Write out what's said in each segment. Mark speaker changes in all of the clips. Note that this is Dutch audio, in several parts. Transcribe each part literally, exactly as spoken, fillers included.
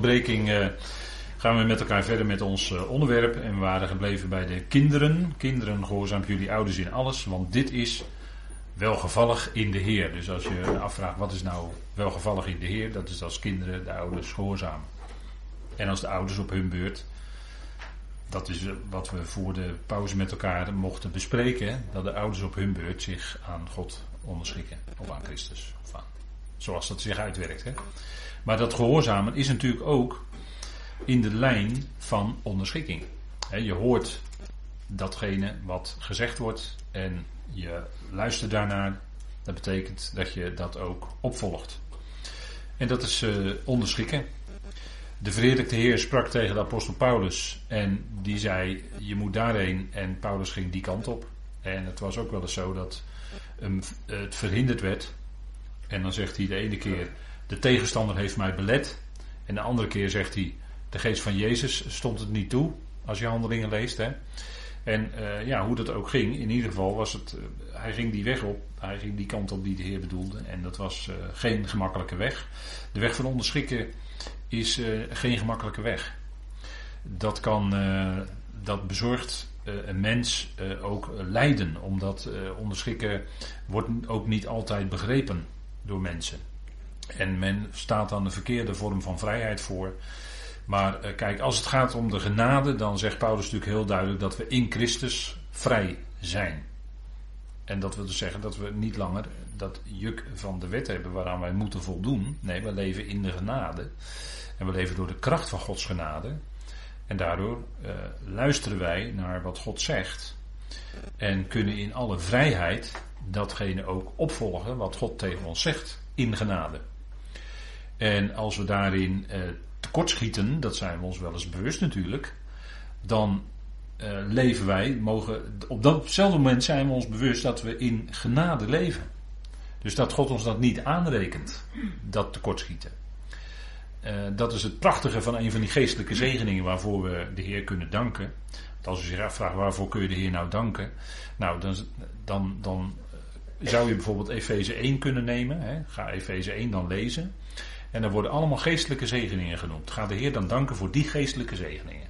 Speaker 1: onderbreking uh, gaan we met elkaar verder met ons uh, onderwerp. En we waren gebleven bij de kinderen. Kinderen, gehoorzaamt jullie ouders in alles, want dit is welgevallig in de Heer. Dus als je afvraagt wat is nou welgevallig in de Heer, dat is als kinderen de ouders gehoorzamen. En als de ouders op hun beurt, dat is wat we voor de pauze met elkaar mochten bespreken, dat de ouders op hun beurt zich aan God onderschikken. Of aan Christus. Of aan, zoals dat zich uitwerkt. Hè. Maar dat gehoorzamen is natuurlijk ook in de lijn van onderschikking. He, je hoort datgene wat gezegd wordt en je luistert daarnaar. Dat betekent dat je dat ook opvolgt. En dat is uh, onderschikken. De verheerlijkte Heer sprak tegen de apostel Paulus en die zei, je moet daarheen, en Paulus ging die kant op. En het was ook wel eens zo dat hem, het verhinderd werd. En dan zegt hij de ene keer, de tegenstander heeft mij belet. En de andere keer zegt hij, de geest van Jezus stond het niet toe, als je Handelingen leest. Hè. En uh, ja, hoe dat ook ging, in ieder geval was het, uh, hij ging die weg op, hij ging die kant op die de Heer bedoelde. En dat was uh, geen gemakkelijke weg. De weg van onderschikken is uh, geen gemakkelijke weg. Dat kan, uh, dat bezorgt uh, een mens uh, ook uh, lijden, omdat uh, onderschikken wordt ook niet altijd begrepen door mensen. En men staat aan de verkeerde vorm van vrijheid voor. Maar uh, kijk, als het gaat om de genade, dan zegt Paulus natuurlijk heel duidelijk dat we in Christus vrij zijn. En dat wil dus zeggen dat we niet langer dat juk van de wet hebben waaraan wij moeten voldoen. Nee, we leven in de genade. En we leven door de kracht van Gods genade. En daardoor uh, luisteren wij naar wat God zegt. En kunnen in alle vrijheid datgene ook opvolgen wat God tegen ons zegt in genade. En als we daarin uh, tekortschieten, dat zijn we ons wel eens bewust natuurlijk, dan uh, leven wij, mogen, op datzelfde moment zijn we ons bewust dat we in genade leven. Dus dat God ons dat niet aanrekent, dat tekortschieten. Uh, dat is het prachtige van een van die geestelijke zegeningen waarvoor we de Heer kunnen danken. Want als u zich afvraagt waarvoor kun je de Heer nou danken, nou dan, dan, dan zou je bijvoorbeeld Efeze één kunnen nemen. Hè? Ga Efeze één dan lezen. En er worden allemaal geestelijke zegeningen genoemd. Ga de Heer dan danken voor die geestelijke zegeningen.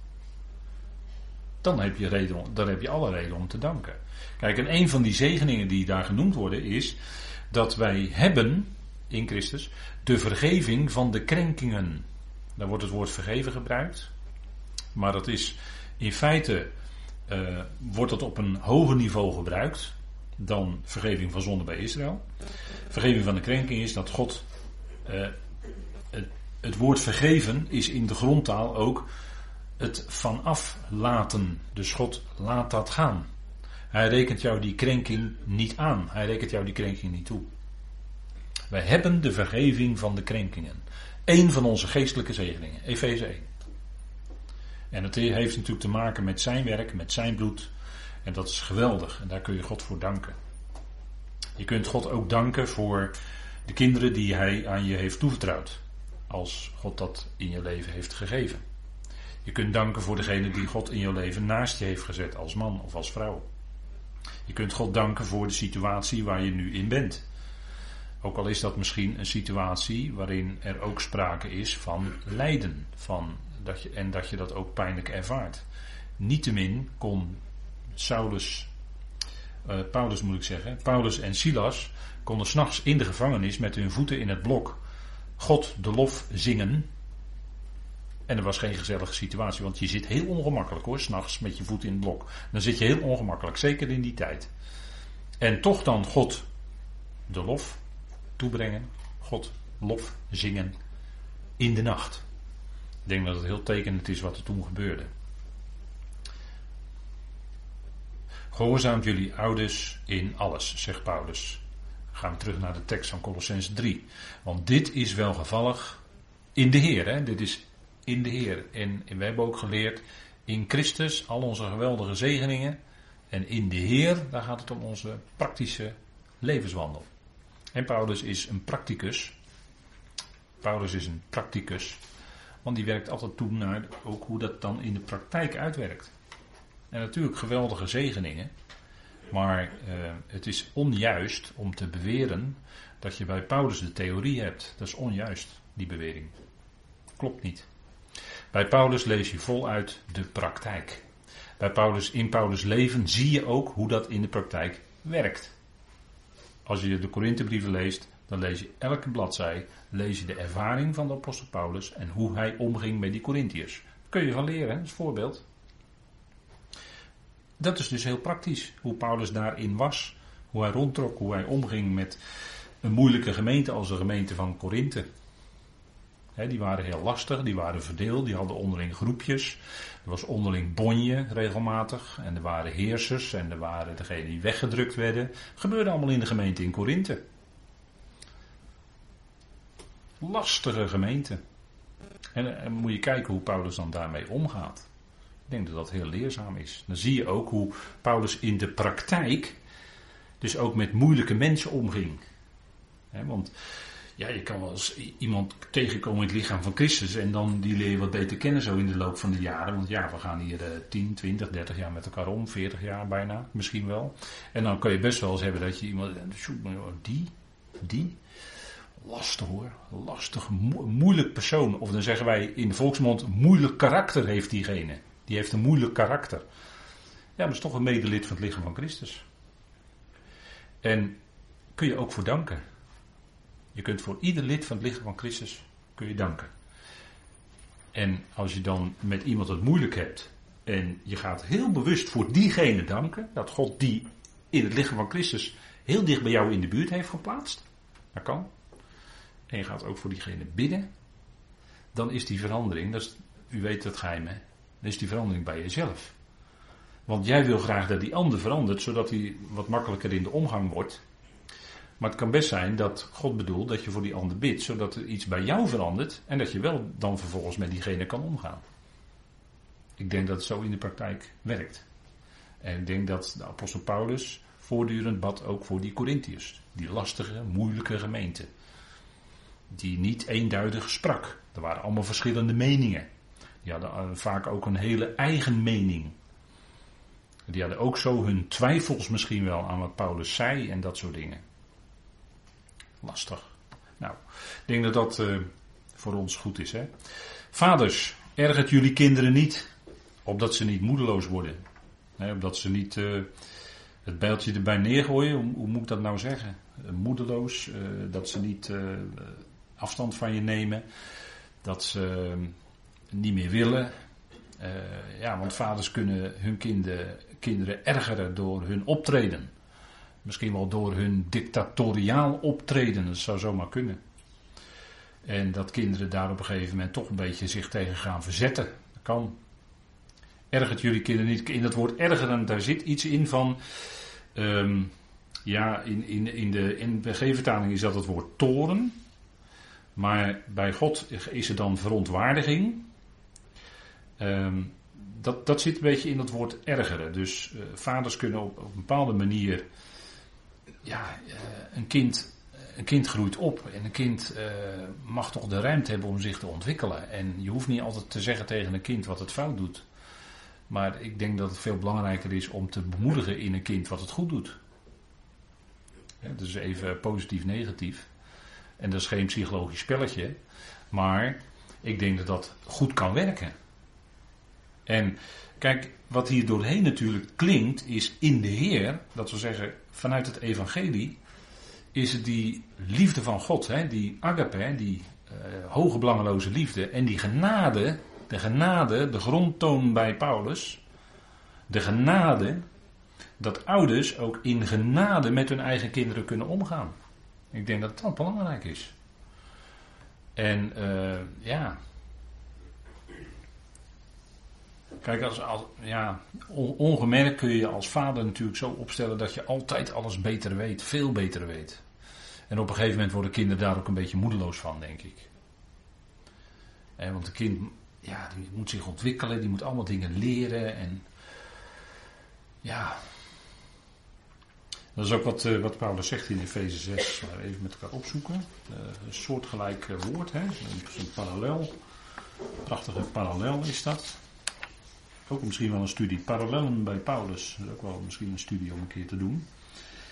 Speaker 1: Dan heb je, reden, dan heb je alle reden om te danken. Kijk, en een van die zegeningen die daar genoemd worden is dat wij hebben in Christus de vergeving van de krenkingen. Daar wordt het woord vergeven gebruikt. Maar dat is in feite uh, wordt het op een hoger niveau gebruikt dan vergeving van zonde bij Israël. Vergeving van de krenking is dat God Uh, het, het woord vergeven is in de grondtaal ook het vanaf laten. Dus God laat dat gaan. Hij rekent jou die krenking niet aan. Hij rekent jou die krenking niet toe. Wij hebben de vergeving van de krenkingen. Eén van onze geestelijke zegeningen. Efeze één. En het heeft natuurlijk te maken met zijn werk, met zijn bloed. En dat is geweldig. En daar kun je God voor danken. Je kunt God ook danken voor de kinderen die hij aan je heeft toevertrouwd. Als God dat in je leven heeft gegeven. Je kunt danken voor degene die God in je leven naast je heeft gezet. Als man of als vrouw. Je kunt God danken voor de situatie waar je nu in bent. Ook al is dat misschien een situatie waarin er ook sprake is van lijden. Van dat je, en dat je dat ook pijnlijk ervaart. Niettemin kon Saulus, uh, Paulus moet ik zeggen, Paulus en Silas konden 's nachts in de gevangenis met hun voeten in het blok God de lof zingen. En er was geen gezellige situatie, want je zit heel ongemakkelijk hoor, 's nachts met je voeten in het blok. Dan zit je heel ongemakkelijk, zeker in die tijd. En toch dan God de lof toebrengen, God lof zingen in de nacht. Ik denk dat het heel tekenend is wat er toen gebeurde. Gehoorzaamt jullie ouders in alles, zegt Paulus. Gaan we terug naar de tekst van Kolossenzen drie. Want dit is welgevallig in de Heer. Hè? Dit is in de Heer. En, en we hebben ook geleerd in Christus al onze geweldige zegeningen. En in de Heer, daar gaat het om onze praktische levenswandel. En Paulus is een practicus. Paulus is een practicus. Want die werkt altijd toe naar ook hoe dat dan in de praktijk uitwerkt. En natuurlijk geweldige zegeningen. Maar uh, het is onjuist om te beweren dat je bij Paulus de theorie hebt. Dat is onjuist, die bewering. Klopt niet. Bij Paulus lees je voluit de praktijk. Bij Paulus, in Paulus' leven zie je ook hoe dat in de praktijk werkt. Als je de Korinthebrieven leest, dan lees je elke bladzij, lees je de ervaring van de apostel Paulus en hoe hij omging met die Korintiërs. Dat kun je van leren, als voorbeeld. Dat is dus heel praktisch, hoe Paulus daarin was, hoe hij rondtrok, hoe hij omging met een moeilijke gemeente als de gemeente van Korinthe. He, die waren heel lastig, die waren verdeeld, die hadden onderling groepjes. Er was onderling bonje regelmatig. En er waren heersers en er waren degenen die weggedrukt werden. Dat gebeurde allemaal in de gemeente in Korinthe. Lastige gemeente. En, en moet je kijken hoe Paulus dan daarmee omgaat. Ik denk dat dat heel leerzaam is. Dan zie je ook hoe Paulus in de praktijk dus ook met moeilijke mensen omging. He, want... Ja, je kan wel eens iemand tegenkomen in het lichaam van Christus en dan die leer je wat beter kennen zo in de loop van de jaren. Want ja, we gaan hier uh, tien, twintig, dertig jaar met elkaar om, veertig jaar bijna, misschien wel. En dan kan je best wel eens hebben dat je iemand, die, die, lastig hoor, lastig, mo- moeilijk persoon. Of dan zeggen wij in de volksmond, moeilijk karakter heeft diegene. Die heeft een moeilijk karakter. Ja, dat is toch een medelid van het lichaam van Christus. En kun je ook voor danken. Je kunt voor ieder lid van het lichaam van Christus kun je danken. En als je dan met iemand het moeilijk hebt en je gaat heel bewust voor diegene danken, dat God die in het lichaam van Christus heel dicht bij jou in de buurt heeft geplaatst, dat kan. En je gaat ook voor diegene bidden, dan is die verandering, dat is, u weet het geheim hè, dan is die verandering bij jezelf. Want jij wil graag dat die ander verandert, zodat hij wat makkelijker in de omgang wordt. Maar het kan best zijn dat God bedoelt dat je voor die ander bidt, zodat er iets bij jou verandert en dat je wel dan vervolgens met diegene kan omgaan. Ik denk dat het zo in de praktijk werkt. En ik denk dat de apostel Paulus voortdurend bad ook voor die Korintiërs, die lastige, moeilijke gemeente, die niet eenduidig sprak. Er waren allemaal verschillende meningen. Die hadden vaak ook een hele eigen mening. Die hadden ook zo hun twijfels misschien wel aan wat Paulus zei en dat soort dingen. Lastig. Nou, ik denk dat dat uh, voor ons goed is. Hè? Vaders, ergert jullie kinderen niet, opdat ze niet moedeloos worden. Hè, opdat ze niet uh, het bijltje erbij neergooien. Hoe, hoe moet ik dat nou zeggen? Uh, moedeloos, uh, dat ze niet uh, afstand van je nemen. Dat ze uh, niet meer willen. Uh, ja, want vaders kunnen hun kinder, kinderen ergeren door hun optreden. Misschien wel door hun dictatoriaal optreden, dat zou zomaar kunnen. En dat kinderen daar op een gegeven moment toch een beetje zich tegen gaan verzetten. Dat kan. Ergert jullie kinderen niet. In dat woord ergeren, daar zit iets in van... Um, ja, in, in, in de N B G-vertaling is dat het woord toren. Maar bij God is er dan verontwaardiging. Um, dat, dat zit een beetje in dat woord ergeren. Dus uh, vaders kunnen op, op een bepaalde manier... Ja, uh, een kind, een kind groeit op en een kind uh, mag toch de ruimte hebben om zich te ontwikkelen. En je hoeft niet altijd te zeggen tegen een kind wat het fout doet. Maar ik denk dat het veel belangrijker is om te bemoedigen in een kind wat het goed doet. Ja, dus even positief-negatief. En dat is geen psychologisch spelletje. Maar ik denk dat dat goed kan werken. En kijk, wat hier doorheen natuurlijk klinkt is in de Heer, dat wil zeggen vanuit het evangelie, is het die liefde van God, hè, die agape, die uh, hoge belangeloze liefde en die genade, de genade, de grondtoon bij Paulus, de genade, dat ouders ook in genade met hun eigen kinderen kunnen omgaan. Ik denk dat dat belangrijk is. En uh, ja... Kijk, als, als, ja, ongemerkt kun je je als vader natuurlijk zo opstellen dat je altijd alles beter weet, veel beter weet. En op een gegeven moment worden kinderen daar ook een beetje moedeloos van, denk ik. En want een kind, ja, die moet zich ontwikkelen, die moet allemaal dingen leren en ja. Dat is ook wat, uh, wat Paulus zegt in Efeze zes, maar even met elkaar opzoeken. Uh, een soortgelijk uh, woord, hè, een parallel, prachtige parallel is dat. Ook misschien wel een studie. Parallellen bij Paulus. Dat is ook wel misschien een studie om een keer te doen.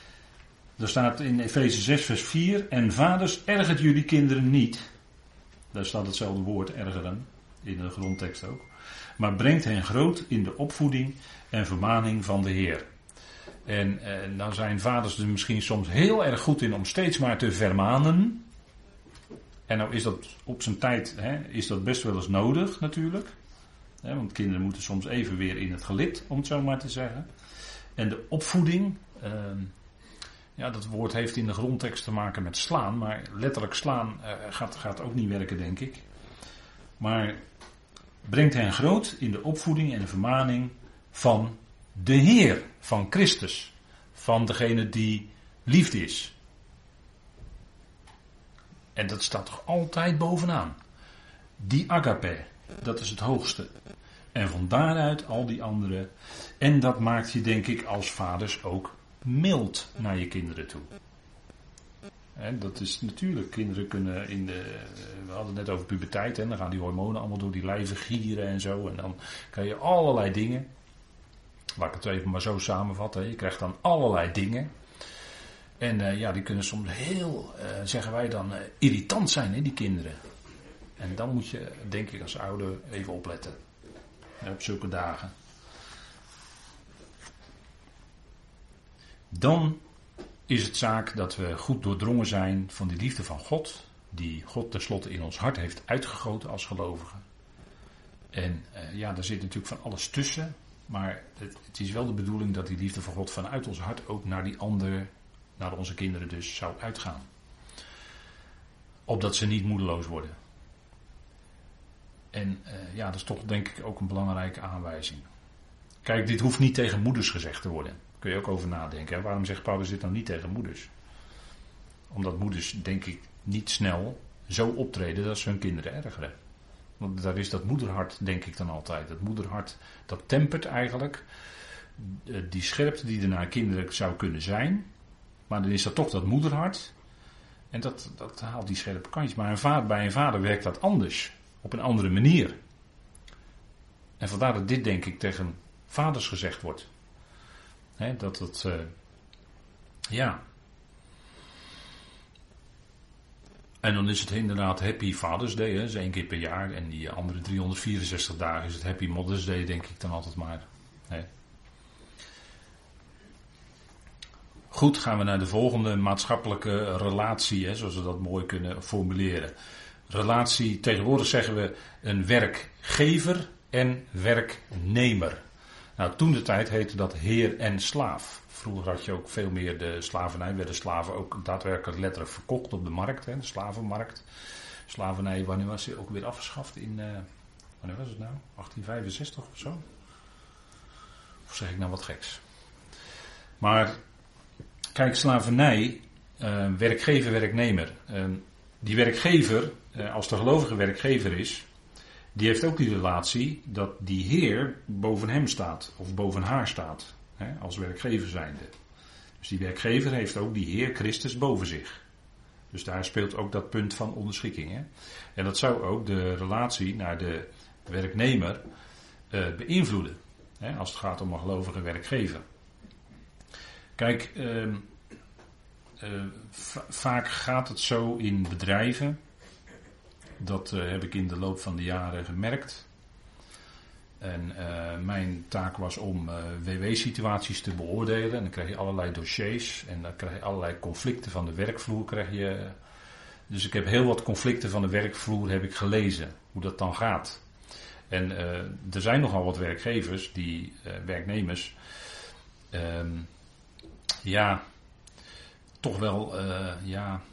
Speaker 1: Er staat in Efeze zes vers vier. En vaders, ergert jullie kinderen niet. Daar staat hetzelfde woord, ergeren, in de grondtekst ook. Maar brengt hen groot in de opvoeding en vermaning van de Heer. En eh, nou zijn vaders er misschien soms heel erg goed in om steeds maar te vermanen. En nou is dat op zijn tijd, hè, is dat best wel eens nodig natuurlijk. Hè, want kinderen moeten soms even weer in het gelid, om het zo maar te zeggen. En de opvoeding, eh, ja, dat woord heeft in de grondtekst te maken met slaan. Maar letterlijk slaan eh, gaat, gaat ook niet werken, denk ik. Maar brengt hen groot in de opvoeding en de vermaning van de Heer, van Christus. Van degene die liefde is. En dat staat toch altijd bovenaan. Die agape, dat is het hoogste. En van daaruit al die andere. En dat maakt je, denk ik, als vaders ook mild naar je kinderen toe. En dat is natuurlijk, kinderen kunnen in de, we hadden het net over puberteit, en dan gaan die hormonen allemaal door die lijven gieren en zo. En dan krijg je allerlei dingen. Laat ik het even maar zo samenvatten. Je krijgt dan allerlei dingen. En uh, ja, die kunnen soms heel, uh, zeggen wij dan, uh, irritant zijn, hè, die kinderen. En dan moet je, denk ik, als ouder even opletten. Uh, op zulke dagen. Dan is het zaak dat we goed doordrongen zijn van die liefde van God. Die God tenslotte in ons hart heeft uitgegoten als gelovigen. En uh, ja, daar zit natuurlijk van alles tussen. Maar het, het is wel de bedoeling dat die liefde van God vanuit ons hart ook naar die ander, naar onze kinderen dus, zou uitgaan. Opdat ze niet moedeloos worden. En uh, ja, dat is toch denk ik ook een belangrijke aanwijzing. Kijk, dit hoeft niet tegen moeders gezegd te worden. Daar kun je ook over nadenken. Hè? Waarom zegt Paulus dit nou niet tegen moeders? Omdat moeders, denk ik, niet snel zo optreden dat ze hun kinderen ergeren. Want daar is dat moederhart, denk ik dan altijd. Dat moederhart, dat tempert eigenlijk die scherpte die er naar kinderen zou kunnen zijn. Maar dan is dat toch dat moederhart. En dat, dat haalt die scherpe kantjes. Maar een vader, bij een vader werkt dat anders. Op een andere manier. En vandaar dat dit, denk ik, tegen vaders gezegd wordt. He, dat het, uh, ja. En dan is het inderdaad Happy Father's Day, hè. Dat is één keer per jaar. En die andere driehonderdvierenzestig dagen is het Happy Mother's Day, denk ik dan altijd maar. He. Goed, gaan we naar de volgende maatschappelijke relatie, hè, zoals we dat mooi kunnen formuleren. Relatie, tegenwoordig zeggen we een werkgever en werknemer. Nou, toen de tijd heette dat heer en slaaf. Vroeger had je ook veel meer de slavernij, werden slaven ook daadwerkelijk letterlijk verkocht op de markt, hè, de slavenmarkt. Slavernij, wanneer was die ook weer afgeschaft? In, uh, wanneer was het nou? achttien vijfenzestig of zo? Of zeg ik nou wat geks? Maar kijk, slavernij, uh, werkgever, werknemer. Uh, die werkgever, uh, als de gelovige werkgever is, die heeft ook die relatie dat die heer boven hem staat, of boven haar staat, hè, als werkgever zijnde. Dus die werkgever heeft ook die heer Christus boven zich. Dus daar speelt ook dat punt van onderschikking. Hè. En dat zou ook de relatie naar de werknemer uh, beïnvloeden, hè, als het gaat om een gelovige werkgever. Kijk, uh, uh, va- vaak gaat het zo in bedrijven. Dat uh, heb ik in de loop van de jaren gemerkt. En uh, mijn taak was om uh, W W-situaties te beoordelen. En dan krijg je allerlei dossiers. En dan krijg je allerlei conflicten van de werkvloer. Krijg je. Dus ik heb heel wat conflicten van de werkvloer heb ik gelezen. Hoe dat dan gaat. En uh, er zijn nogal wat werkgevers, die uh, werknemers. Uh, ja, toch wel. Uh, ja.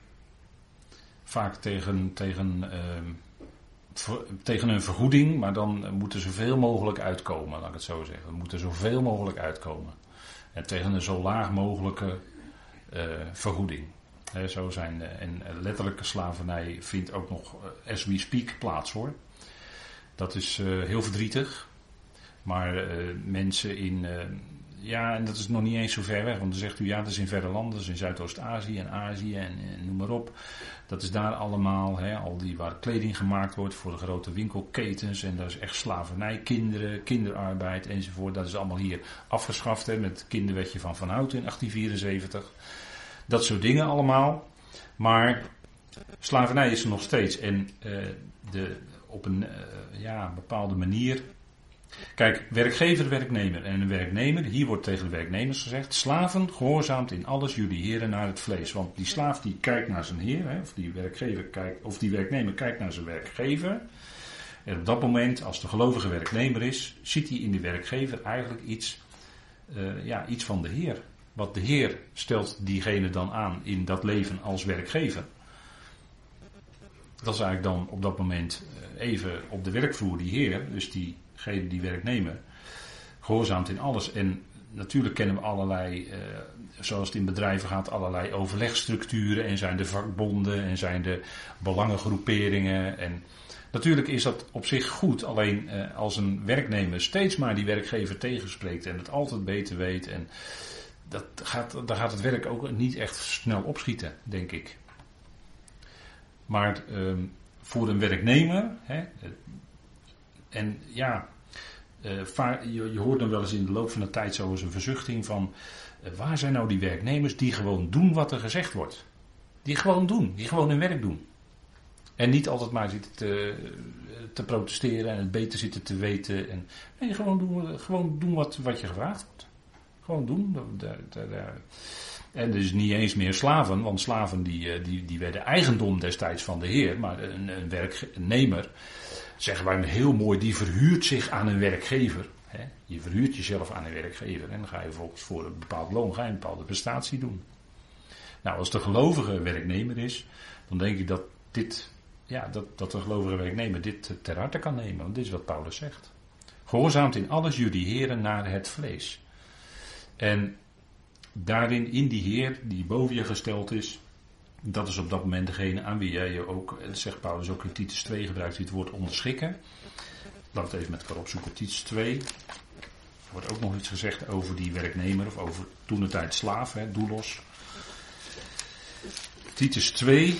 Speaker 1: Vaak tegen, tegen, uh, ver, tegen een vergoeding, maar dan moet er zoveel mogelijk uitkomen, laat ik het zo zeggen. Er moet er zoveel mogelijk uitkomen. En tegen een zo laag mogelijke uh, vergoeding. He, zo zijn, uh, en letterlijke slavernij vindt ook nog, uh, as we speak, plaats hoor. Dat is uh, heel verdrietig. Maar uh, mensen in... Uh, Ja, en dat is nog niet eens zo ver weg. Want dan zegt u, ja, dat is in verre landen. Dat is in Zuidoost-Azië en Azië en, en noem maar op. Dat is daar allemaal, hè, al die waar kleding gemaakt wordt voor de grote winkelketens. En dat is echt slavernij, kinderen, kinderarbeid enzovoort. Dat is allemaal hier afgeschaft, hè, met het kinderwetje van Van Houten in achttien vierenzeventig. Dat soort dingen allemaal. Maar Slavernij is er nog steeds en uh, de, op een uh, ja, bepaalde manier. Kijk, werkgever, werknemer en een werknemer. Hier wordt tegen de werknemers gezegd: slaven, gehoorzaamt in alles jullie heren naar het vlees. Want die slaaf die kijkt naar zijn heer, hè, of die werkgever kijkt, of die werknemer kijkt naar zijn werkgever. En op dat moment, als de gelovige werknemer is, ziet hij in de werkgever eigenlijk iets, uh, ja, iets van de Heer. Wat de Heer stelt diegene dan aan in dat leven als werkgever. Dat is eigenlijk dan op dat moment even op de werkvloer die Heer, dus diegene die werknemer, gehoorzaamt in alles. En natuurlijk kennen we allerlei, uh, zoals het in bedrijven gaat, allerlei overlegstructuren en zijn er vakbonden en zijn er belangengroeperingen en natuurlijk is dat op zich goed, alleen eh, als een werknemer steeds maar die werkgever tegenspreekt en het altijd beter weet, en dat gaat, dan gaat het werk ook niet echt snel opschieten, denk ik. Maar eh, voor een werknemer, hè, en ja, eh, vaar, je, je hoort dan wel eens in de loop van de tijd zo eens een verzuchting van, eh, waar zijn nou die werknemers die gewoon doen wat er gezegd wordt? Die gewoon doen, die gewoon hun werk doen. En niet altijd maar zitten te, te protesteren en het beter zitten te weten. En, nee, gewoon doen, gewoon doen wat, wat je gevraagd wordt. Gewoon doen. De, de, de, en dus niet eens meer slaven, want slaven die, die, die werden eigendom destijds van de Heer. Maar een, een werknemer, zeggen wij heel mooi, die verhuurt zich aan een werkgever. Hè? Je verhuurt jezelf aan een werkgever en dan ga je volgens voor een bepaald loon ga je een bepaalde prestatie doen. Nou, als de gelovige werknemer is, dan denk ik dat dit... Ja, dat, dat de gelovige werknemer dit ter harte kan nemen. Want dit is wat Paulus zegt. Gehoorzaamt in alles jullie heren naar het vlees. En daarin, in die Heer die boven je gesteld is. Dat is op dat moment degene aan wie jij je ook, dat zegt Paulus ook in Titus twee, gebruikt hij het woord onderschikken. Laten we het even met elkaar opzoeken. Titus twee. Er wordt ook nog iets gezegd over die werknemer. Of over toentertijd slaaf, hè, doulos. Titus twee.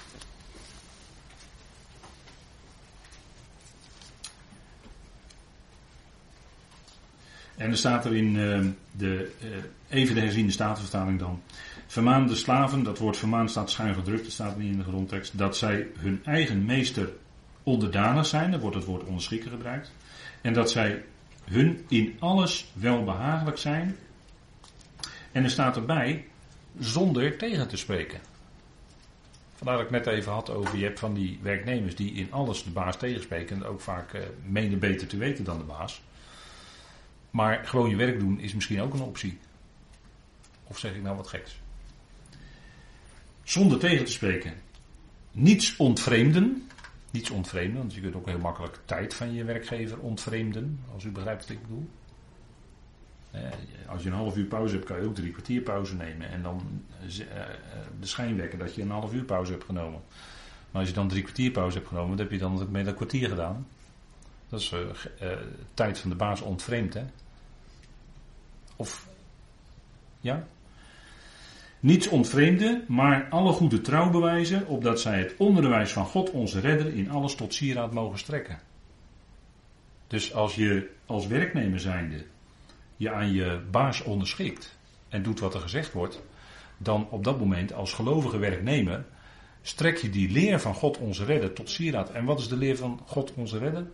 Speaker 1: En er staat er in uh, de, uh, even de herziende statenvertaling dan. Vermaan de slaven, dat woord vermaan staat schuin gedrukt, dat staat niet in de grondtekst. Dat zij hun eigen meester onderdanig zijn, daar wordt het woord onderschikken gebruikt. En dat zij hun in alles welbehagelijk zijn. En er staat erbij, zonder tegen te spreken. Vandaar dat ik net even had over, je hebt van die werknemers die in alles de baas tegenspreken. En ook vaak uh, menen beter te weten dan de baas. Maar gewoon je werk doen is misschien ook een optie. Of zeg ik nou wat geks? Zonder tegen te spreken. Niets ontvreemden. Niets ontvreemden, want je kunt ook heel makkelijk tijd van je werkgever ontvreemden. Als u begrijpt wat ik bedoel. Als je een half uur pauze hebt, kan je ook drie kwartier pauze nemen. En dan de schijn wekken dat je een half uur pauze hebt genomen. Maar als je dan drie kwartier pauze hebt genomen, dan heb je dan met een kwartier gedaan. Dat is uh, uh, tijd van de baas ontvreemd, hè? Of, ja? Niets ontvreemden, maar alle goede trouw bewijzen, opdat zij het onderwijs van God onze redder in alles tot sieraad mogen strekken. Dus als je als werknemer zijnde je aan je baas onderschikt en doet wat er gezegd wordt, dan op dat moment als gelovige werknemer strek je die leer van God onze redder tot sieraad. En wat is de leer van God onze redder?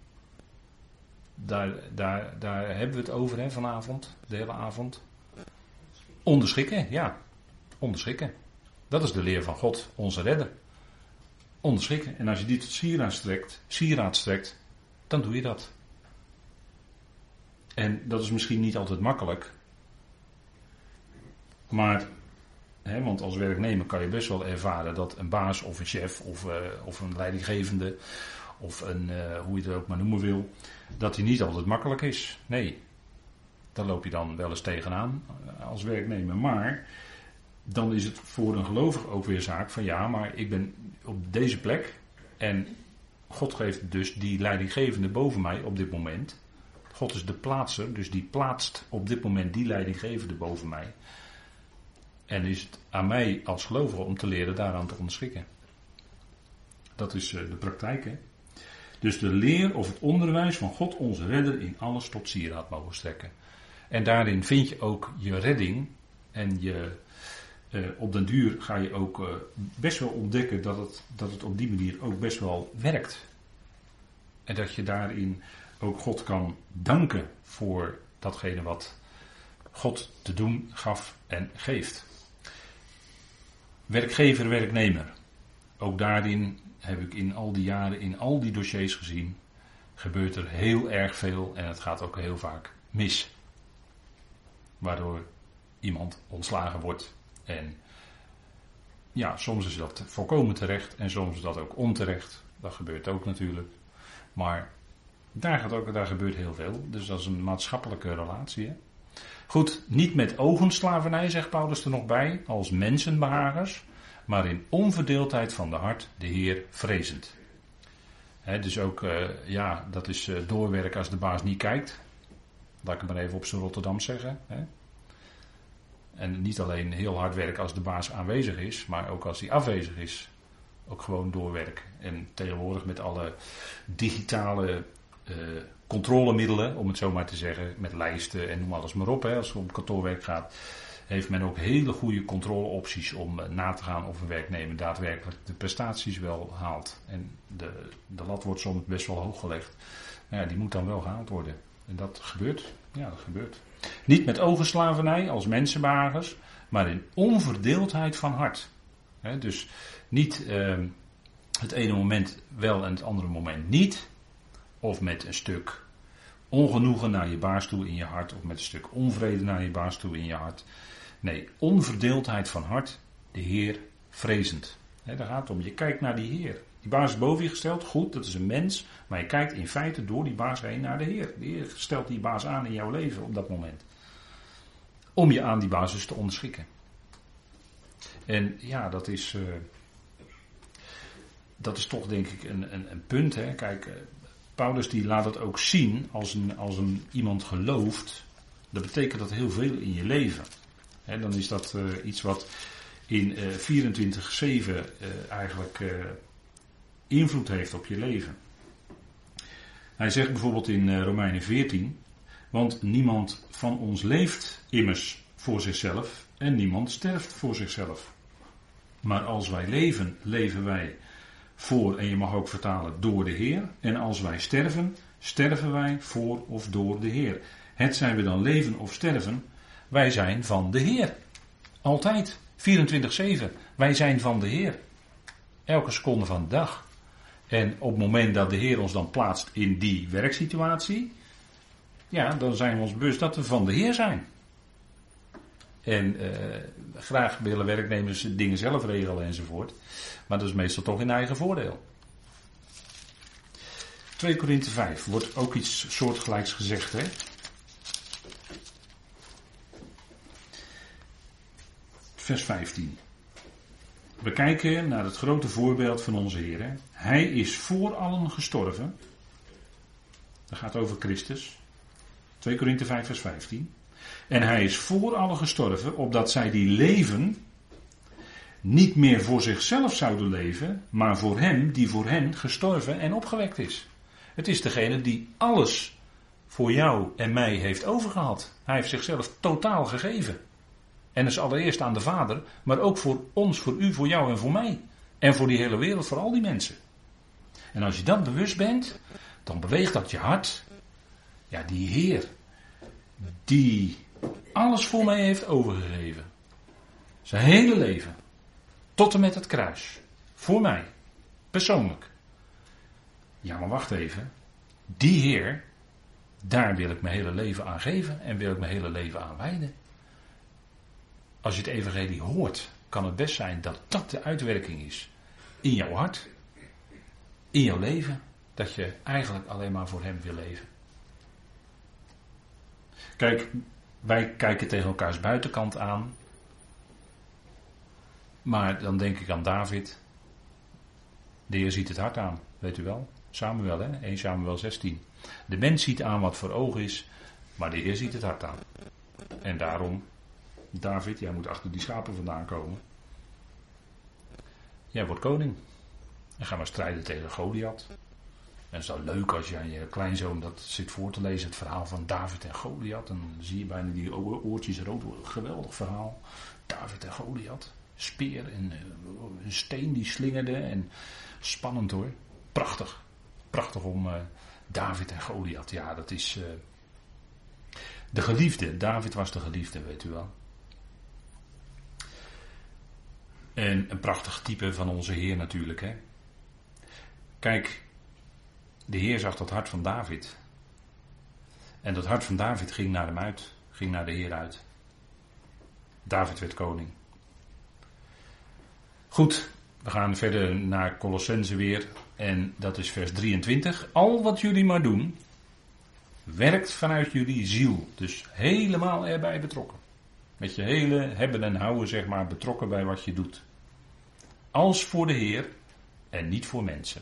Speaker 1: Daar, daar, daar hebben we het over hè, vanavond, de hele avond. Onderschikken, ja. Onderschikken. Dat is de leer van God, onze redder. Onderschikken. En als je die tot sieraad strekt, sieraad strekt, dan doe je dat. En dat is misschien niet altijd makkelijk. Maar, hè, want als werknemer kan je best wel ervaren dat een baas of een chef of, uh, of een leidinggevende of een, uh, hoe je het ook maar noemen wil, dat die niet altijd makkelijk is. Nee, daar loop je dan wel eens tegenaan als werknemer. Maar dan is het voor een gelovige ook weer zaak van ja, maar ik ben op deze plek en God geeft dus die leidinggevende boven mij op dit moment. God is de plaatser, dus die plaatst op dit moment die leidinggevende boven mij. En is het aan mij als gelovige om te leren daaraan te onderschikken. Dat is de praktijk, hè. Dus de leer of het onderwijs van God onze redder in alles tot sieraad mogen strekken. En daarin vind je ook je redding en je, uh, op den duur ga je ook uh, best wel ontdekken dat het, dat het op die manier ook best wel werkt. En dat je daarin ook God kan danken voor datgene wat God te doen gaf en geeft. Werkgever, werknemer. Ook daarin heb ik in al die jaren, in al die dossiers gezien, gebeurt er heel erg veel en het gaat ook heel vaak mis. Waardoor iemand ontslagen wordt. En ja, soms is dat volkomen terecht en soms is dat ook onterecht. Dat gebeurt ook natuurlijk. Maar daar, gaat ook, daar gebeurt heel veel. Dus dat is een maatschappelijke relatie. Hè? Goed, niet met ogenslavernij, zegt Paulus er nog bij, als mensenbehagers, maar in onverdeeldheid van de hart de Heer vrezend. He, dus ook, uh, ja, dat is uh, doorwerken als de baas niet kijkt. Laat ik het maar even op zijn Rotterdam zeggen. Hè. En niet alleen heel hard werken als de baas aanwezig is, maar ook als hij afwezig is. Ook gewoon doorwerken. En tegenwoordig met alle digitale uh, controlemiddelen, om het zo maar te zeggen, met lijsten en noem alles maar op, hè, als het om kantoorwerk gaat, heeft men ook hele goede controleopties om uh, na te gaan of een werknemer daadwerkelijk de prestaties wel haalt. En de, de lat wordt soms best wel hoog gelegd. Nou ja, die moet dan wel gehaald worden. En dat gebeurt. Ja, dat gebeurt. Niet met ogenslavernij als mensenbehagers, maar in onverdeeldheid van hart. He, dus niet uh, het ene moment wel en het andere moment niet. Of met een stuk ongenoegen naar je baas toe in je hart. Of met een stuk onvrede naar je baas toe in je hart. Nee, onverdeeldheid van hart, de Heer vrezend. He, daar gaat het om. Je kijkt naar die Heer. Die baas is boven je gesteld, goed, dat is een mens. Maar je kijkt in feite door die baas heen naar de Heer. De Heer stelt die baas aan in jouw leven op dat moment. Om je aan die baas dus te onderschikken. En ja, dat is, uh, dat is toch denk ik een, een, een punt. Hè. Kijk, uh, Paulus die laat het ook zien als, een, als een, iemand gelooft. Dat betekent dat heel veel in je leven. Hè, dan is dat uh, iets wat in uh, vierentwintig zeven uh, eigenlijk uh, invloed heeft op je leven. Hij zegt bijvoorbeeld in uh, Romeinen veertien. Want niemand van ons leeft immers voor zichzelf en niemand sterft voor zichzelf. Maar als wij leven, leven wij voor, en je mag ook vertalen, door de Heer. En als wij sterven, sterven wij voor of door de Heer. Het zijn we dan leven of sterven, wij zijn van de Heer. Altijd. vierentwintig zeven. Wij zijn van de Heer. Elke seconde van de dag. En op het moment dat de Heer ons dan plaatst in die werksituatie, ja, dan zijn we ons bewust dat we van de Heer zijn. En uh, graag willen werknemers dingen zelf regelen enzovoort. Maar dat is meestal toch in eigen voordeel. twee Korinthe vijf wordt ook iets soortgelijks gezegd, hè. Vers vijftien. We kijken naar het grote voorbeeld van onze Heer. Hè. Hij is voor allen gestorven. Dat gaat over Christus. twee Korinthe vijf vers vijftien. En hij is voor allen gestorven, opdat zij die leven niet meer voor zichzelf zouden leven, maar voor hem die voor hen gestorven en opgewekt is. Het is degene die alles voor jou en mij heeft overgehad. Hij heeft zichzelf totaal gegeven. En dat is allereerst aan de Vader, maar ook voor ons, voor u, voor jou en voor mij. En voor die hele wereld, voor al die mensen. En als je dat bewust bent, dan beweegt dat je hart. Ja, die Heer, die alles voor mij heeft overgegeven. Zijn hele leven. Tot en met het kruis. Voor mij. Persoonlijk. Ja, maar wacht even. Die Heer, daar wil ik mijn hele leven aan geven. En wil ik mijn hele leven aan wijden. Als je het evangelie hoort, kan het best zijn dat dat de uitwerking is. In jouw hart. In jouw leven. Dat je eigenlijk alleen maar voor hem wil leven. Kijk, wij kijken tegen elkaars buitenkant aan. Maar dan denk ik aan David. De Heer ziet het hart aan, weet u wel. Samuel, hè? één Samuel zestien. De mens ziet aan wat voor oog is, maar de Heer ziet het hart aan. En daarom, David, jij moet achter die schapen vandaan komen. Jij wordt koning. En ga maar strijden tegen Goliath. En het is wel leuk als je aan je kleinzoon dat zit voor te lezen, het verhaal van David en Goliath. En dan zie je bijna die oortjes rood worden. Geweldig verhaal. David en Goliath. Speer en uh, een steen die slingerde. En spannend hoor. Prachtig. Prachtig om uh, David en Goliath. Ja, dat is uh, de geliefde. David was de geliefde, weet u wel. En een prachtig type van onze Heer natuurlijk. Hè. Kijk, de Heer zag dat hart van David. En dat hart van David ging naar hem uit. Ging naar de Heer uit. David werd koning. Goed, we gaan verder naar Colossenzen weer. En dat is vers drieëntwintig. Al wat jullie maar doen, werkt vanuit jullie ziel. Dus helemaal erbij betrokken. Met je hele hebben en houden, zeg maar, betrokken bij wat je doet. Als voor de Heer en niet voor mensen.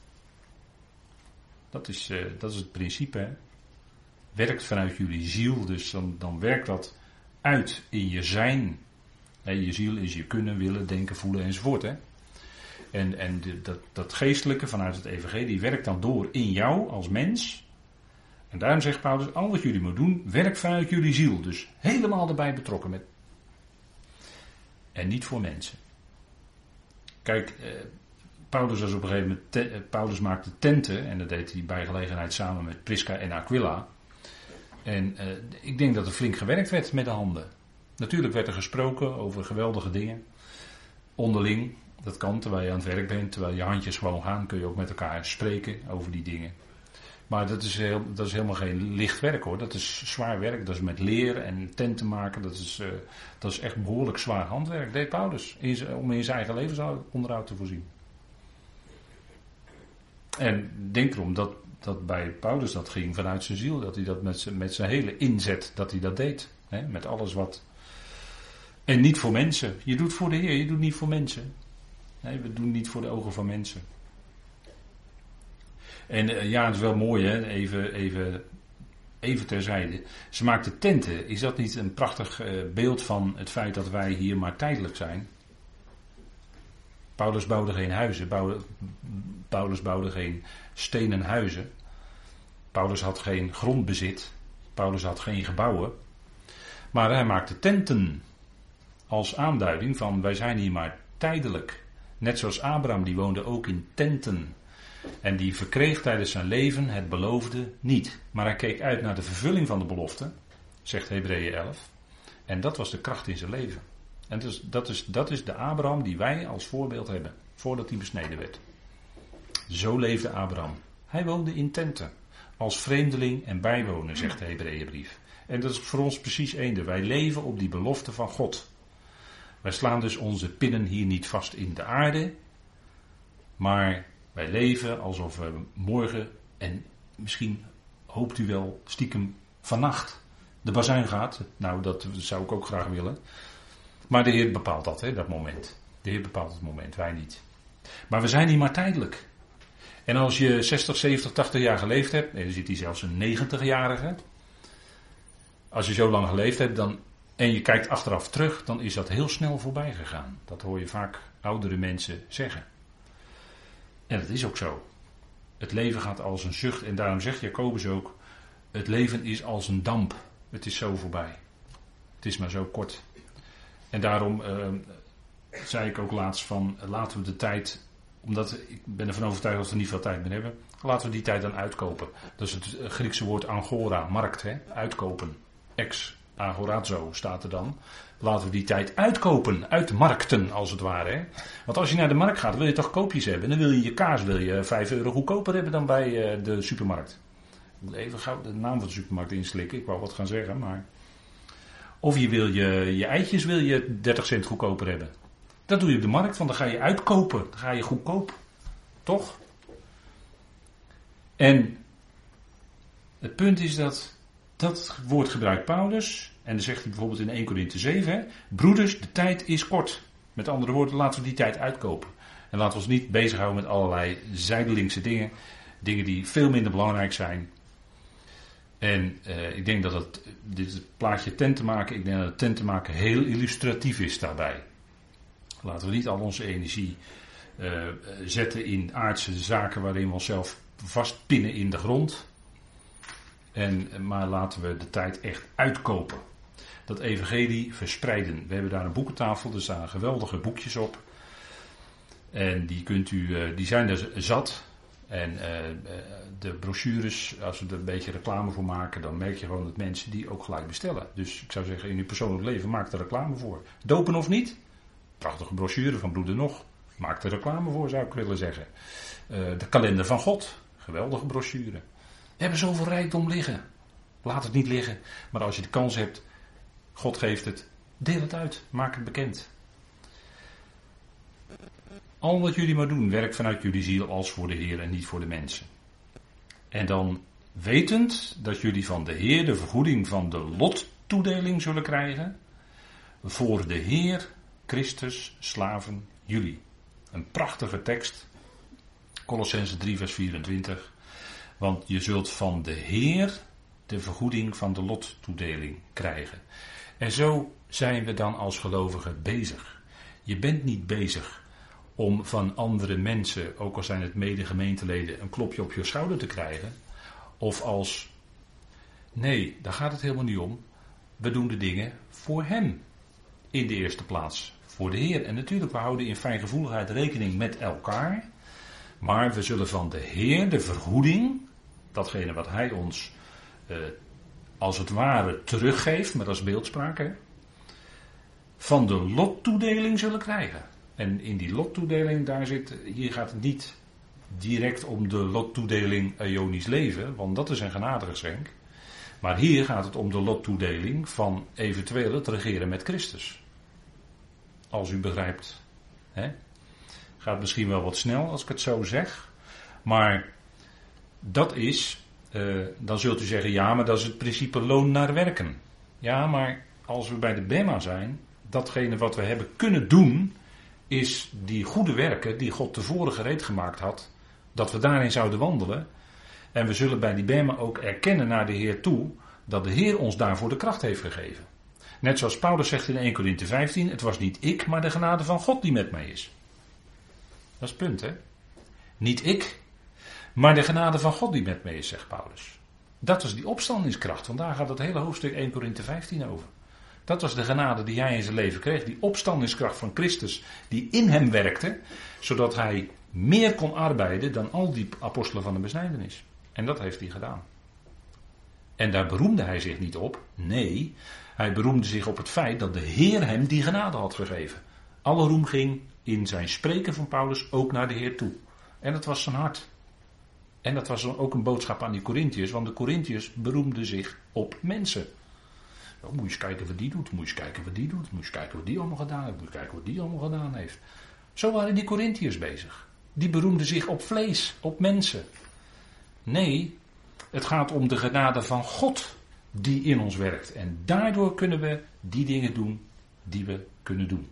Speaker 1: Dat is, uh, dat is het principe. Hè? Werkt vanuit jullie ziel, dus dan, dan werkt dat uit in je zijn. Hè, je ziel is je kunnen, willen, denken, voelen enzovoort. Hè? En, en de, dat, dat geestelijke vanuit het evangelie werkt dan door in jou als mens. En daarom zegt Paulus, al wat jullie moeten doen, werkt vanuit jullie ziel. Dus helemaal erbij betrokken met. En niet voor mensen. Kijk, eh, Paulus was op een gegeven moment, te, Paulus maakte tenten en dat deed hij bij gelegenheid samen met Prisca en Aquila. En uh, ik denk dat er flink gewerkt werd met de handen. Natuurlijk werd er gesproken over geweldige dingen. Onderling, dat kan terwijl je aan het werk bent, terwijl je handjes gewoon gaan, kun je ook met elkaar spreken over die dingen. Maar dat is, heel, dat is helemaal geen licht werk hoor, dat is zwaar werk, dat is met leren en tenten maken, dat is, uh, dat is echt behoorlijk zwaar handwerk, deed Paulus, in z- om in zijn eigen levensonderhoud te voorzien. En denk erom dat, dat bij Paulus dat ging vanuit zijn ziel, dat hij dat met zijn, met zijn hele inzet, dat hij dat deed. Hè, met alles wat. En niet voor mensen. Je doet voor de Heer, je doet niet voor mensen. Nee, we doen niet voor de ogen van mensen. En uh, ja, het is wel mooi hè, even, even, even terzijde. Ze maakten tenten. Is dat niet een prachtig uh, beeld van het feit dat wij hier maar tijdelijk zijn? Paulus bouwde geen huizen, bouwde, Paulus bouwde geen stenen huizen. Paulus had geen grondbezit. Paulus had geen gebouwen. Maar hij maakte tenten als aanduiding van wij zijn hier maar tijdelijk. Net zoals Abraham, die woonde ook in tenten. En die verkreeg tijdens zijn leven het beloofde niet. Maar hij keek uit naar de vervulling van de belofte, zegt Hebreeën elf. En dat was de kracht in zijn leven. En dus, dat, is, dat is de Abraham die wij als voorbeeld hebben, voordat hij besneden werd. Zo leefde Abraham. Hij woonde in tenten, als vreemdeling en bijwoner, zegt de Hebreeënbrief. En dat is voor ons precies eender. Wij leven op die belofte van God. Wij slaan dus onze pinnen hier niet vast in de aarde, maar wij leven alsof we morgen, en misschien hoopt u wel stiekem vannacht, de bazuin gaat. Nou, dat zou ik ook graag willen. Maar de Heer bepaalt dat, hè, dat moment. De Heer bepaalt het moment, wij niet. Maar we zijn hier maar tijdelijk. En als je zestig, zeventig, tachtig jaar geleefd hebt, en er zit hier zelfs een negentigjarige. Als je zo lang geleefd hebt dan, en je kijkt achteraf terug, dan is dat heel snel voorbij gegaan. Dat hoor je vaak oudere mensen zeggen. En dat is ook zo. Het leven gaat als een zucht. En daarom zegt Jacobus ook, het leven is als een damp. Het is zo voorbij. Het is maar zo kort. En daarom uh, zei ik ook laatst van, uh, laten we de tijd, omdat ik ben ervan overtuigd dat we niet veel tijd meer hebben, laten we die tijd dan uitkopen. Dat is het Griekse woord agora, markt, hè? Uitkopen. Ex agorazo staat er dan. Laten we die tijd uitkopen, uitmarkten als het ware. Hè? Want als je naar de markt gaat, wil je toch koopjes hebben. En dan wil je je kaas wil je vijf euro goedkoper hebben dan bij uh, de supermarkt. Ik moet even gauw de naam van de supermarkt inslikken, ik wou wat gaan zeggen, maar... Of je wil je, je eitjes wil je dertig cent goedkoper hebben. Dat doe je op de markt, want dan ga je uitkopen. Dan ga je goedkoop. Toch? En het punt is dat dat woord gebruikt Paulus. En dan zegt hij bijvoorbeeld in eerste Korinthe zeven. Hè, broeders, de tijd is kort. Met andere woorden, laten we die tijd uitkopen. En laten we ons niet bezighouden met allerlei zijdelingse dingen. Dingen die veel minder belangrijk zijn. En uh, ik denk dat het, dit plaatje tenten maken, ik denk dat het tenten maken heel illustratief is daarbij. Laten we niet al onze energie uh, zetten in aardse zaken waarin we onszelf vastpinnen in de grond. En, maar laten we de tijd echt uitkopen. dat evangelie verspreiden. We hebben daar een boekentafel, er staan geweldige boekjes op. En die, kunt u, die zijn er zat. En uh, de brochures, als we er een beetje reclame voor maken, dan merk je gewoon dat mensen die ook gelijk bestellen. Dus ik zou zeggen, in uw persoonlijk leven, maak er reclame voor. Dopen of niet? Prachtige brochure van Broeder Nog. Maak er reclame voor, zou ik willen zeggen. Uh, de kalender van God. Geweldige brochure. We hebben zoveel rijkdom liggen. Laat het niet liggen. Maar als je de kans hebt, God geeft het. Deel het uit. Maak het bekend. Al wat jullie maar doen, werkt vanuit jullie ziel als voor de Heer en niet voor de mensen. En dan wetend dat jullie van de Heer de vergoeding van de lottoedeling zullen krijgen. Voor de Heer Christus slaven jullie. Een prachtige tekst. Kolossenzen drie vers vierentwintig. Want je zult van de Heer de vergoeding van de lottoedeling krijgen. En zo zijn we dan als gelovigen bezig. Je bent niet bezig om van andere mensen, ook al zijn het mede-gemeenteleden, een klopje op je schouder te krijgen. Of als, nee, daar gaat het helemaal niet om. We doen de dingen voor Hem. In de eerste plaats voor de Heer. En natuurlijk, we houden in fijngevoeligheid rekening met elkaar. Maar we zullen van de Heer de vergoeding, datgene wat Hij ons eh, als het ware teruggeeft, maar dat is beeldspraak, hè, van de lottoedeling zullen krijgen. En in die lottoedeling, daar zit, hier gaat het niet direct om de lottoedeling Ionisch leven, want dat is een genadegeschenk. Maar hier gaat het om de lottoedeling van eventueel het regeren met Christus. Als u begrijpt. Hè? Gaat misschien wel wat snel als ik het zo zeg. Maar dat is, uh, dan zult u zeggen, ja, maar dat is het principe loon naar werken. Ja, maar als we bij de Bema zijn, datgene wat we hebben kunnen doen, is die goede werken die God tevoren gereed gemaakt had, dat we daarin zouden wandelen. En we zullen bij die Bema ook erkennen naar de Heer toe, dat de Heer ons daarvoor de kracht heeft gegeven. Net zoals Paulus zegt in Eerste Korinthe vijftien, het was niet ik, maar de genade van God die met mij is. Dat is het punt, hè. Niet ik, maar de genade van God die met mij is, zegt Paulus. Dat was die opstandingskracht, want daar gaat het hele hoofdstuk Eerste Korinthe vijftien over. Dat was de genade die hij in zijn leven kreeg, die opstandingskracht van Christus die in hem werkte, zodat hij meer kon arbeiden dan al die apostelen van de besnijdenis. En dat heeft hij gedaan. En daar beroemde hij zich niet op, nee, hij beroemde zich op het feit dat de Heer hem die genade had gegeven. Alle roem ging in zijn spreken van Paulus ook naar de Heer toe. En dat was zijn hart. En dat was ook een boodschap aan die Korintiërs, want de Korintiërs beroemden zich op mensen. Nou, moet je eens kijken wat die doet, moet je eens kijken wat die doet, moet je eens kijken wat die allemaal gedaan heeft, moet je kijken wat die allemaal gedaan heeft. Zo waren die Korintiërs bezig. Die beroemden zich op vlees, op mensen. Nee, het gaat om de genade van God die in ons werkt. En daardoor kunnen we die dingen doen die we kunnen doen.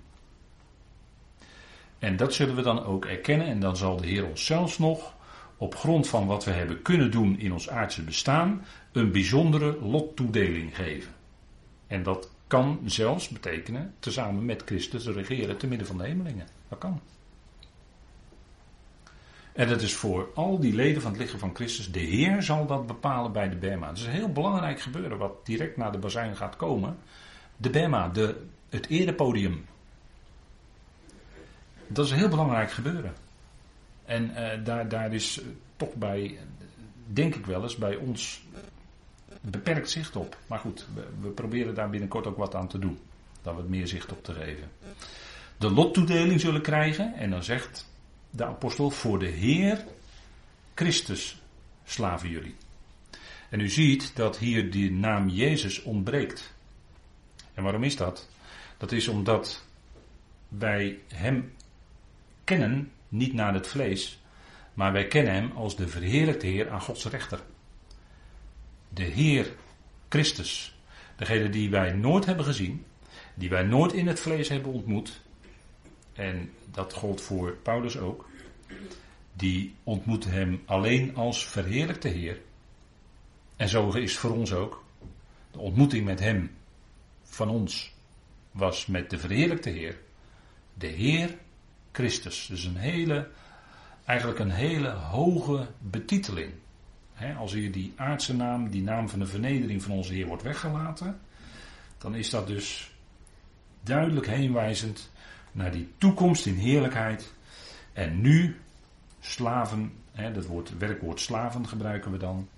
Speaker 1: En dat zullen we dan ook erkennen en dan zal de Heer ons zelfs nog op grond van wat we hebben kunnen doen in ons aardse bestaan een bijzondere lottoedeling geven. En dat kan zelfs betekenen tezamen met Christus regeren te midden van de hemelingen. Dat kan. En dat is voor al die leden van het lichaam van Christus. De Heer zal dat bepalen bij de Bema. Het is een heel belangrijk gebeuren wat direct na de bazijn gaat komen. De Bema, de, het erepodium. Dat is een heel belangrijk gebeuren. En uh, daar, daar is toch bij, denk ik wel eens, bij ons beperkt zicht op. Maar goed, we, we proberen daar binnenkort ook wat aan te doen. Daar wat meer zicht op te geven. De lottoedeling zullen krijgen. En dan zegt de apostel, voor de Heer Christus slaven jullie. En u ziet dat hier die naam Jezus ontbreekt. En waarom is dat? Dat is omdat wij hem kennen, niet naar het vlees, maar wij kennen hem als de verheerlijkte Heer aan Gods rechter. De Heer Christus, degene die wij nooit hebben gezien, die wij nooit in het vlees hebben ontmoet, en dat gold voor Paulus ook, die ontmoette hem alleen als verheerlijkte Heer. En zo is het voor ons ook. De ontmoeting met hem van ons was met de verheerlijkte Heer, de Heer Christus. Dus een hele, eigenlijk een hele hoge betiteling. He, als hier die aardse naam, die naam van de vernedering van onze Heer wordt weggelaten, dan is dat dus duidelijk heenwijzend naar die toekomst in heerlijkheid. En nu slaven, hè, dat woord, werkwoord slaven gebruiken we dan.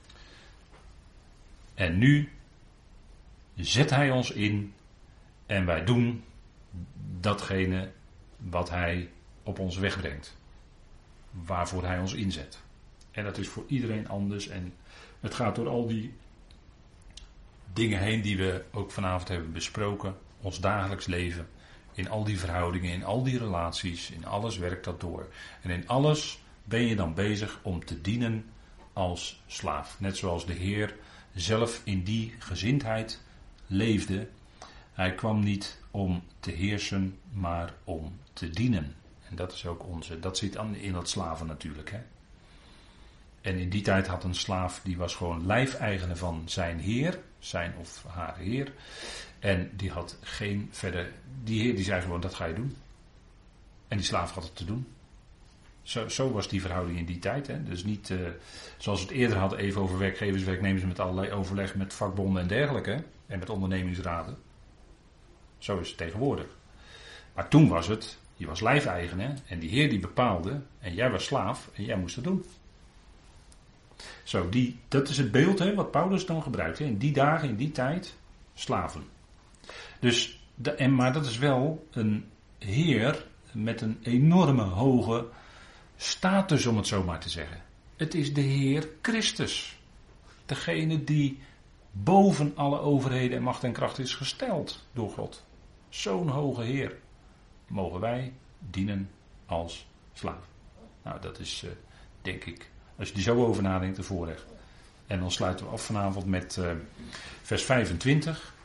Speaker 1: En nu zet hij ons in en wij doen datgene wat hij op ons weg brengt. Waarvoor hij ons inzet. En dat is voor iedereen anders. En het gaat door al die dingen heen die we ook vanavond hebben besproken. Ons dagelijks leven. In al die verhoudingen, in al die relaties. In alles werkt dat door. En in alles ben je dan bezig om te dienen als slaaf. Net zoals de Heer zelf in die gezindheid leefde. Hij kwam niet om te heersen, maar om te dienen. En dat is ook onze, dat zit in dat slaven natuurlijk. Hè? En in die tijd had een slaaf, die was gewoon lijfeigene van zijn heer, zijn of haar heer. En die had geen verder, die heer die zei gewoon, dat ga je doen. En die slaaf had het te doen. Zo, zo was die verhouding in die tijd. Hè? Dus niet uh, zoals we het eerder hadden, even over werkgevers, werknemers met allerlei overleg met vakbonden en dergelijke. Hè? En met ondernemingsraden. Zo is het tegenwoordig. Maar toen was het, je was lijfeigene en die heer die bepaalde en jij was slaaf en jij moest het doen. Zo, die, dat is het beeld hè, wat Paulus dan gebruikt. Hè? In die dagen, in die tijd, slaven. Dus, de, en, maar dat is wel een heer met een enorme hoge status, om het zo maar te zeggen. Het is de Heer Christus. Degene die boven alle overheden en macht en kracht is gesteld door God. Zo'n hoge Heer mogen wij dienen als slaaf. Nou, dat is, uh, denk ik, als je er zo over nadenkt, een voorrecht. En dan sluiten we af vanavond met uh, vers vijfentwintig.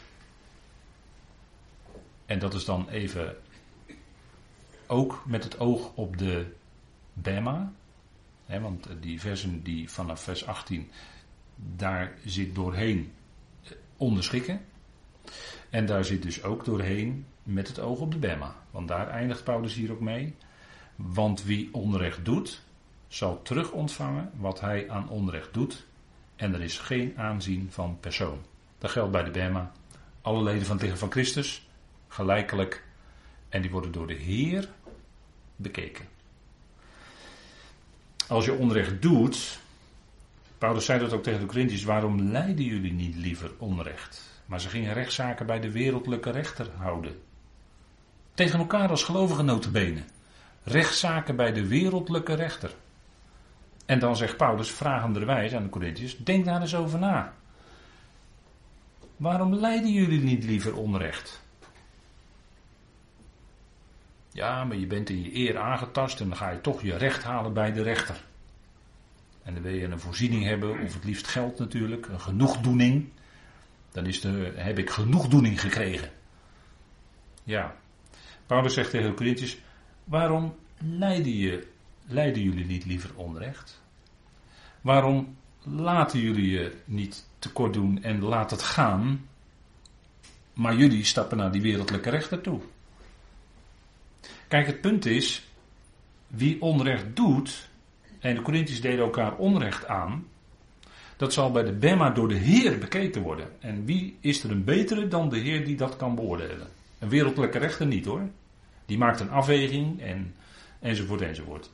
Speaker 1: En dat is dan even ook met het oog op de Bema. Hè, want die versen die vanaf vers achttien, daar zit doorheen onderschikken. En daar zit dus ook doorheen met het oog op de Bema. Want daar eindigt Paulus hier ook mee. Want wie onrecht doet, zal terug ontvangen wat hij aan onrecht doet. En er is geen aanzien van persoon. Dat geldt bij de Bema. Alle leden van het lichaam van Christus, gelijkelijk. En die worden door de Heer bekeken. Als je onrecht doet, Paulus zei dat ook tegen de Corinthiërs, waarom lijden jullie niet liever onrecht? Maar ze gingen rechtszaken bij de wereldlijke rechter houden. Tegen elkaar als gelovigen nota bene. Rechtszaken bij de wereldlijke rechter. En dan zegt Paulus vragenderwijs aan de Corinthiërs, denk daar eens over na. Waarom lijden jullie niet liever onrecht? Ja, maar je bent in je eer aangetast en dan ga je toch je recht halen bij de rechter. En dan wil je een voorziening hebben, of het liefst geld natuurlijk, een genoegdoening. Dan is de, heb ik genoegdoening gekregen. Ja, Paulus zegt tegen de Corinthiërs, waarom lijden, je, lijden jullie niet liever onrecht? Waarom laten jullie je niet tekort doen en laat het gaan, maar jullie stappen naar die wereldlijke rechter toe? Kijk, het punt is, wie onrecht doet, en de Corinthiërs deden elkaar onrecht aan, dat zal bij de Bema door de Heer bekeken worden. En wie is er een betere dan de Heer die dat kan beoordelen? Een wereldlijke rechter niet hoor. Die maakt een afweging en, enzovoort enzovoort.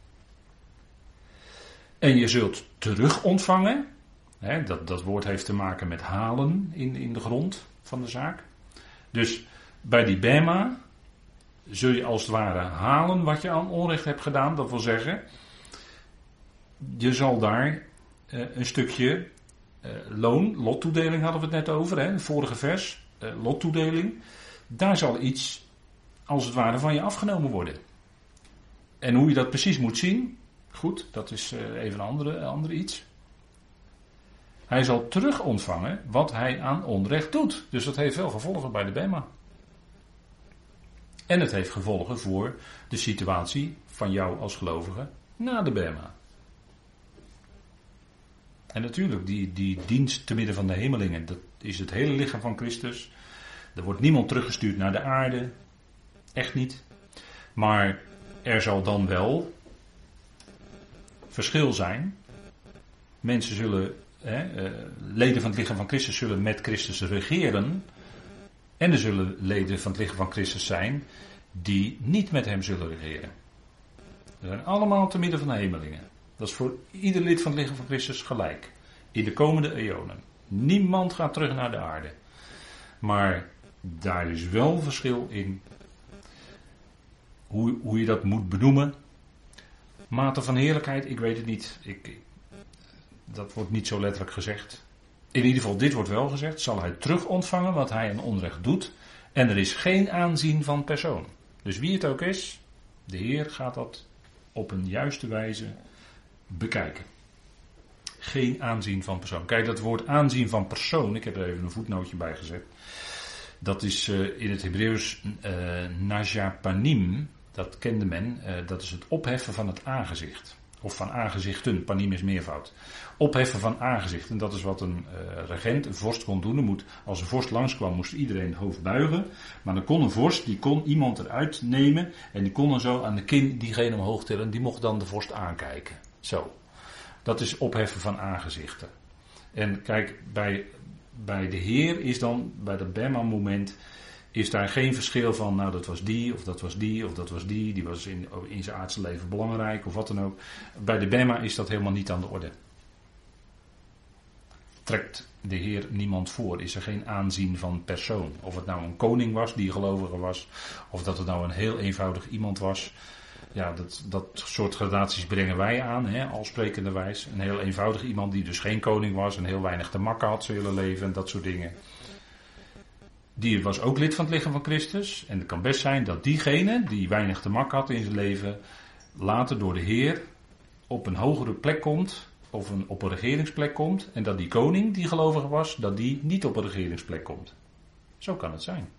Speaker 1: En je zult terug ontvangen. Hè, dat, dat woord heeft te maken met halen in, in de grond van de zaak. Dus bij die Bema zul je als het ware halen wat je aan onrecht hebt gedaan. Dat wil zeggen, je zal daar uh, een stukje uh, loon, lottoedeling hadden we het net over, hè, het vorige vers, uh, lottoedeling. Daar zal iets als het ware van je afgenomen worden. En hoe je dat precies moet zien, goed, dat is uh, even een andere, andere iets. Hij zal terug ontvangen wat hij aan onrecht doet. Dus dat heeft wel gevolgen bij de Bema. En het heeft gevolgen voor de situatie van jou als gelovige na de Bema. En natuurlijk, die, die dienst te midden van de hemelingen, dat is het hele lichaam van Christus. Er wordt niemand teruggestuurd naar de aarde. Echt niet. Maar er zal dan wel verschil zijn. Mensen zullen hè, uh, leden van het lichaam van Christus zullen met Christus regeren. En er zullen leden van het lichaam van Christus zijn die niet met hem zullen regeren. Dat zijn allemaal te midden van de hemelingen. Dat is voor ieder lid van het lichaam van Christus gelijk. In de komende eonen. Niemand gaat terug naar de aarde. Maar daar is wel verschil in hoe, hoe je dat moet benoemen. Mate van heerlijkheid, ik weet het niet. Ik, dat wordt niet zo letterlijk gezegd. In ieder geval, dit wordt wel gezegd. Zal hij terug ontvangen wat hij aan onrecht doet. En er is geen aanzien van persoon. Dus wie het ook is, de Heer gaat dat op een juiste wijze bekijken. Geen aanzien van persoon. Kijk, dat woord aanzien van persoon, ik heb er even een voetnootje bij gezet. Dat is uh, in het Hebreeuws uh, najapanim, dat kende men, uh, dat is het opheffen van het aangezicht. Of van aangezichten, panim is meervoud. Opheffen van aangezicht. En dat is wat een uh, regent, een vorst kon doen. Moet, als een vorst langskwam moest iedereen het hoofd buigen. Maar dan kon een vorst, die kon iemand eruit nemen. En die kon dan zo aan de kin diegene omhoog tillen. Die mocht dan de vorst aankijken. Zo. Dat is opheffen van aangezichten. En kijk, bij, bij de Heer is dan, bij dat Bema moment, is daar geen verschil van, nou dat was die, of dat was die, of dat was die. Die was in, in zijn aardse leven belangrijk, of wat dan ook. Bij de Bema is dat helemaal niet aan de orde. Trekt de Heer niemand voor, is er geen aanzien van persoon. Of het nou een koning was, die gelovige was, of dat het nou een heel eenvoudig iemand was. Ja, dat, dat soort gradaties brengen wij aan, hè, al sprekenderwijs. Een heel eenvoudig iemand die dus geen koning was en heel weinig te makken had zijn hele leven en dat soort dingen. Die was ook lid van het lichaam van Christus. En het kan best zijn dat diegene die weinig te makken had in zijn leven, later door de Heer op een hogere plek komt, of een, op een regeringsplek komt. En dat die koning die gelovige was, dat die niet op een regeringsplek komt. Zo kan het zijn.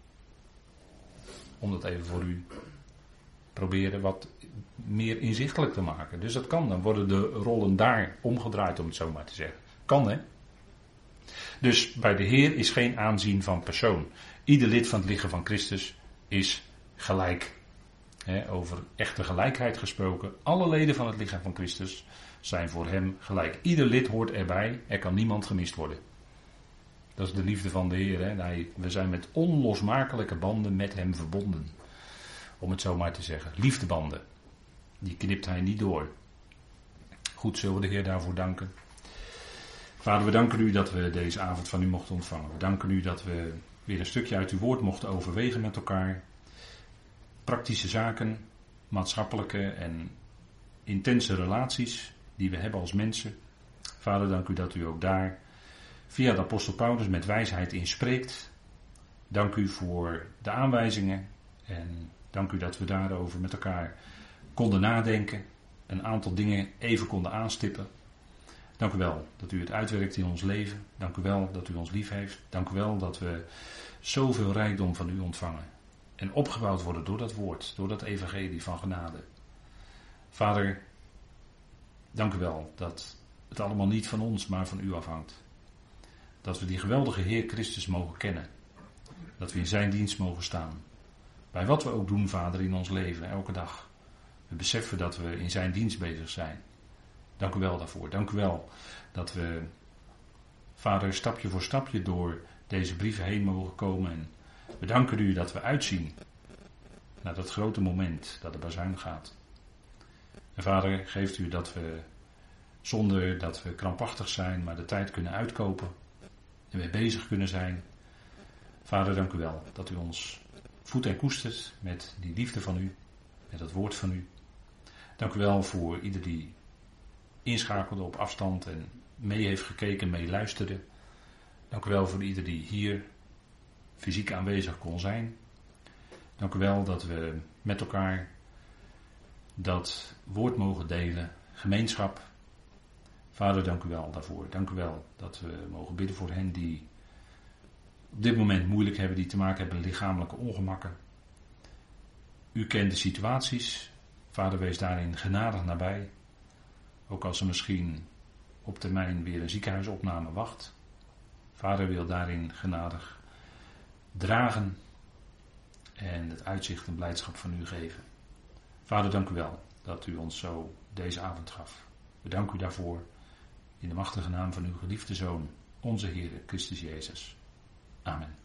Speaker 1: Om dat even voor u proberen wat meer inzichtelijk te maken. Dus dat kan, dan worden de rollen daar omgedraaid, om het zo maar te zeggen. Kan, hè? Dus bij de Heer is geen aanzien van persoon. Ieder lid van het lichaam van Christus is gelijk. He, over echte gelijkheid gesproken. Alle leden van het lichaam van Christus zijn voor hem gelijk. Ieder lid hoort erbij. Er kan niemand gemist worden. Dat is de liefde van de Heer. He. Hij, we zijn met onlosmakelijke banden met hem verbonden. Om het zo maar te zeggen. Liefdebanden. Die knipt hij niet door. Goed, zullen we de Heer daarvoor danken. Vader, we danken u dat we deze avond van u mochten ontvangen. We danken u dat we weer een stukje uit uw woord mochten overwegen met elkaar. Praktische zaken, maatschappelijke en intense relaties die we hebben als mensen. Vader, dank u dat u ook daar via de apostel Paulus met wijsheid in spreekt. Dank u voor de aanwijzingen en dank u dat we daarover met elkaar konden nadenken. Een aantal dingen even konden aanstippen. Dank u wel dat u het uitwerkt in ons leven. Dank u wel dat u ons lief heeft. Dank u wel dat we zoveel rijkdom van u ontvangen. En opgebouwd worden door dat woord, door dat evangelie van genade. Vader, dank u wel dat het allemaal niet van ons, maar van u afhangt. Dat we die geweldige Heer Christus mogen kennen. Dat we in zijn dienst mogen staan. Bij wat we ook doen, Vader, in ons leven, elke dag. We beseffen dat we in zijn dienst bezig zijn. Dank u wel daarvoor. Dank u wel dat we, Vader, stapje voor stapje door deze brieven heen mogen komen. En we danken u dat we uitzien naar dat grote moment dat de bazuin gaat. En Vader, geeft u dat we, zonder dat we krampachtig zijn, maar de tijd kunnen uitkopen. En weer bezig kunnen zijn. Vader, dank u wel dat u ons voedt en koestert met die liefde van u. Met dat woord van u. Dank u wel voor ieder die inschakelde op afstand en mee heeft gekeken, mee luisterde. Dank u wel voor ieder die hier fysiek aanwezig kon zijn. Dank u wel dat we met elkaar dat woord mogen delen, gemeenschap. Vader, dank u wel daarvoor. Dank u wel dat we mogen bidden voor hen die op dit moment moeilijk hebben, die te maken hebben met lichamelijke ongemakken. U kent de situaties. Vader, wees daarin genadig nabij. Ook als er misschien op termijn weer een ziekenhuisopname wacht. Vader wil daarin genadig dragen en het uitzicht en blijdschap van u geven. Vader, dank u wel dat u ons zo deze avond gaf. We danken u daarvoor In de machtige naam van uw geliefde Zoon, onze Heer Christus Jezus. Amen.